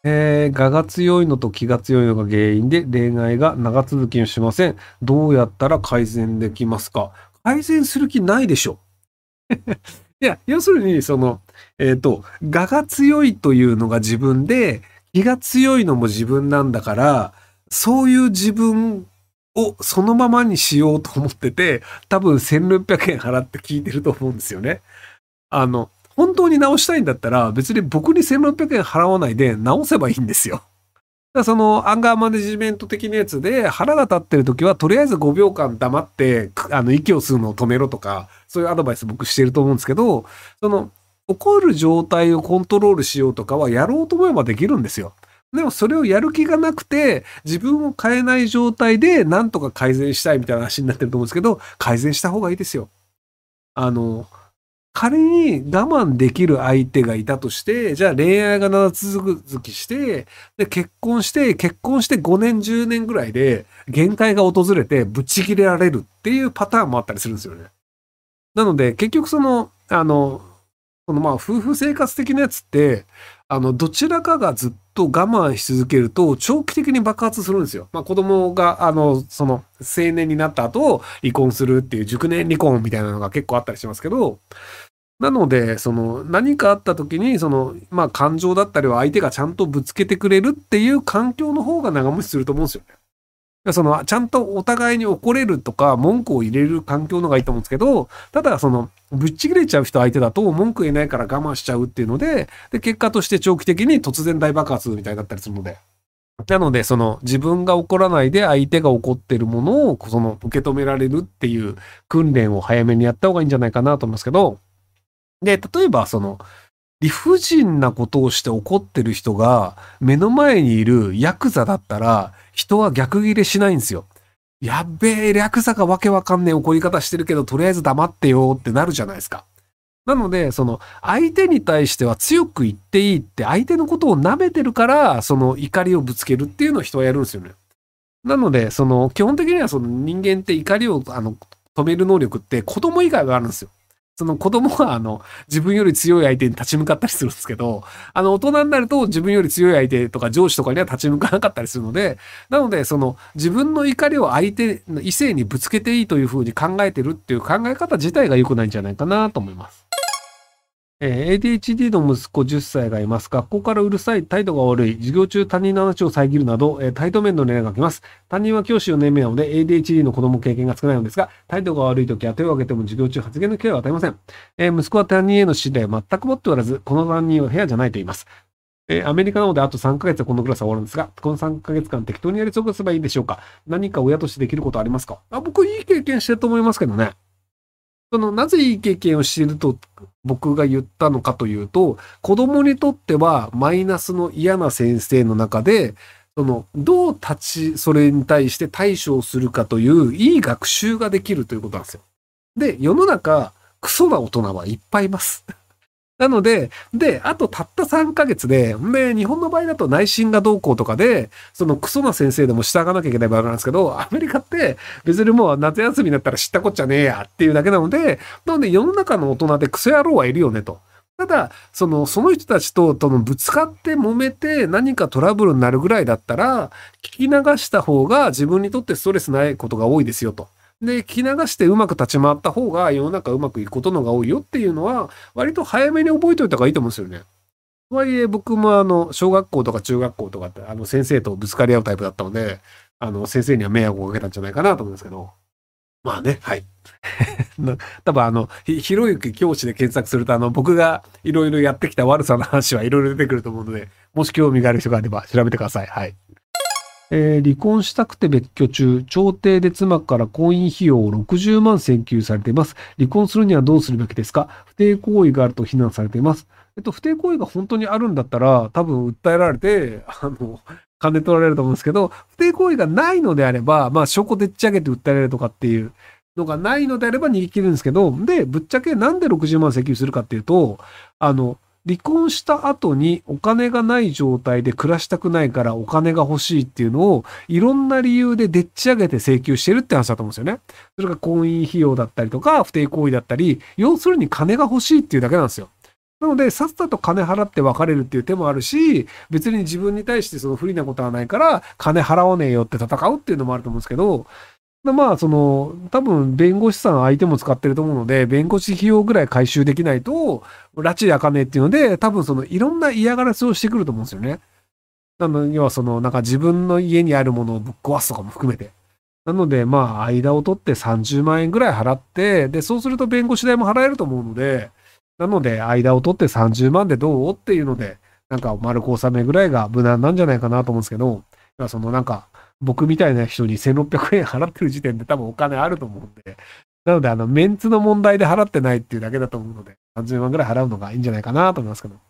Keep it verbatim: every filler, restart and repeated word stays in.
えー、我が強いのと気が強いのが原因で恋愛が長続きしません。どうやったら改善できますか？改善する気ないでしょ。いや、要するに、その、えっと、我が強いというのが自分で、気が強いのも自分なんだから、そういう自分をそのままにしようと思ってて、多分せんろっぴゃくえん払って聞いてると思うんですよね。あの、本当に直したいんだったら、別に僕にせんろっぴゃくえん払わないで直せばいいんですよ。だからそのアンガーマネジメント的なやつで腹が立ってる時はとりあえずごびょうかん黙ってあの息を吸うのを止めろとかそういうアドバイス僕してると思うんですけど、その起こる状態をコントロールしようとかはやろうと思えばできるんですよ。でもそれをやる気がなくて自分を変えない状態でなんとか改善したいみたいな話になってると思うんですけど、改善した方がいいですよ。あの仮に我慢できる相手がいたとして、じゃあ恋愛が長続きして、で、結婚して、結婚してごねん、じゅうねんぐらいで限界が訪れてぶち切れられるっていうパターンもあったりするんですよね。なので、結局その、あの、そのまあ夫婦生活的なやつって、あの、どちらかがずっと我慢し続けると長期的に爆発するんですよ。まあ子供が、あの、その青年になった後離婚するっていう熟年離婚みたいなのが結構あったりしますけど、なので、その何かあった時に、その、まあ感情だったりは相手がちゃんとぶつけてくれるっていう環境の方が長持ちすると思うんですよね。その、ちゃんとお互いに怒れるとか、文句を入れる環境のがいいと思うんですけど、ただ、その、ぶっちぎれちゃう人相手だと文句言えないから我慢しちゃうっていうので、で、結果として長期的に突然大爆発みたいになったりするので。なので、その、自分が怒らないで相手が怒ってるものを、その、受け止められるっていう訓練を早めにやった方がいいんじゃないかなと思いますけど、で、例えば、その、理不尽なことをして怒ってる人が目の前にいるヤクザだったら人は逆ギレしないんですよ。やっべえ、ヤクザがわけわかんねえ怒り方してるけどとりあえず黙ってよってなるじゃないですか。なので、その相手に対しては強く言っていいって相手のことを舐めてるからその怒りをぶつけるっていうのを人はやるんですよね。なので、その基本的にはその人間って怒りをあの止める能力って子供以外があるんですよ。その子供はあの自分より強い相手に立ち向かったりするんですけど、あの大人になると自分より強い相手とか上司とかには立ち向かなかったりするので、なのでその自分の怒りを相手の異性にぶつけていいというふうに考えてるっていう考え方自体が良くないんじゃないかなと思います。えー エーディーエイチディー の息子じゅっさいがいます。学校からうるさい、態度が悪い、授業中他人の話を遮るなど、えー態度面の連絡が来ます。担任は教師よねんめなので エーディーエイチディー の子供経験が少ないのですが、態度が悪いときは手を挙げても授業中発言の機会を与えません。えー息子は担任への指令は全く持っておらず、この担任は部屋じゃないと言います。えーアメリカなのであとさんかげつでこのクラスは終わるんですが、このさんかげつかん適当にやり過ごせばいいでしょうか？何か親としてできることありますか？あ、僕いい経験してると思いますけどね。その、なぜいい経験をしていると僕が言ったのかというと、子供にとってはマイナスの嫌な先生の中で、その、どう立ち、それに対して対処をするかといういい学習ができるということなんですよ。で、世の中、クソな大人はいっぱいいます。なので、で、あとたったさんかげつで、で、日本の場合だと内心がどうこうとかで、そのクソな先生でも従わなきゃいけない場合なんですけど、アメリカって別にもう夏休みになったら知ったこっちゃねえやっていうだけなので、なので世の中の大人でクソ野郎はいるよねと。ただ、その、その人たちと、とのぶつかって揉めて何かトラブルになるぐらいだったら、聞き流した方が自分にとってストレスないことが多いですよと。で、聞き流してうまく立ち回った方が世の中うまくいくことのが多いよっていうのは、割と早めに覚えておいた方がいいと思うんですよね。とはいえ、僕もあの、小学校とか中学校とかって、あの、先生とぶつかり合うタイプだったので、あの、先生には迷惑をかけたんじゃないかなと思うんですけど。まあね、はい。な多分あの、ひひろゆき教師で検索すると、あの、僕がいろいろやってきた悪さの話はいろいろ出てくると思うので、もし興味がある人があれば調べてください。はい。えー離婚したくて別居中、調停で妻から婚姻費用をろくじゅうまん請求されています。離婚するにはどうするべきですか？不貞行為があると非難されています。えっと、不貞行為が本当にあるんだったら、多分訴えられて、あの、金取られると思うんですけど、不貞行為がないのであれば、まあ、証拠でっち上げて訴えられるとかっていうのがないのであれば逃げ切るんですけど、で、ぶっちゃけなんでろくじゅうまん請求するかっていうと、あの、離婚した後にお金がない状態で暮らしたくないからお金が欲しいっていうのをいろんな理由ででっち上げて請求してるって話だと思うんですよね。それが婚姻費用だったりとか不貞行為だったり、要するに金が欲しいっていうだけなんですよ。 なので、さっさと金払って別れるっていう手もあるし、別に自分に対してその不利なことはないから、金払わねえよって戦うっていうのもあると思うんですけど、まあ、その、多分、弁護士さん相手も使ってると思うので、弁護士費用ぐらい回収できないと、拉致開かねえっていうので、多分その、いろんな嫌がらせをしてくると思うんですよね。なの、要はその、なんか自分の家にあるものをぶっ壊すとかも含めて。なので、まあ、間を取ってさんじゅうまん円ぐらい払って、で、そうすると弁護士代も払えると思うので、なので、間を取ってさんじゅうまんでどうっていうので、なんか丸く収めぐらいが無難なんじゃないかなと思うんですけど、そのなんか、僕みたいな人にせんろっぴゃくえん払ってる時点で多分お金あると思うんで、なので、あの、メンツの問題で払ってないっていうだけだと思うので、さんじゅうまんぐらい払うのがいいんじゃないかなと思いますけど。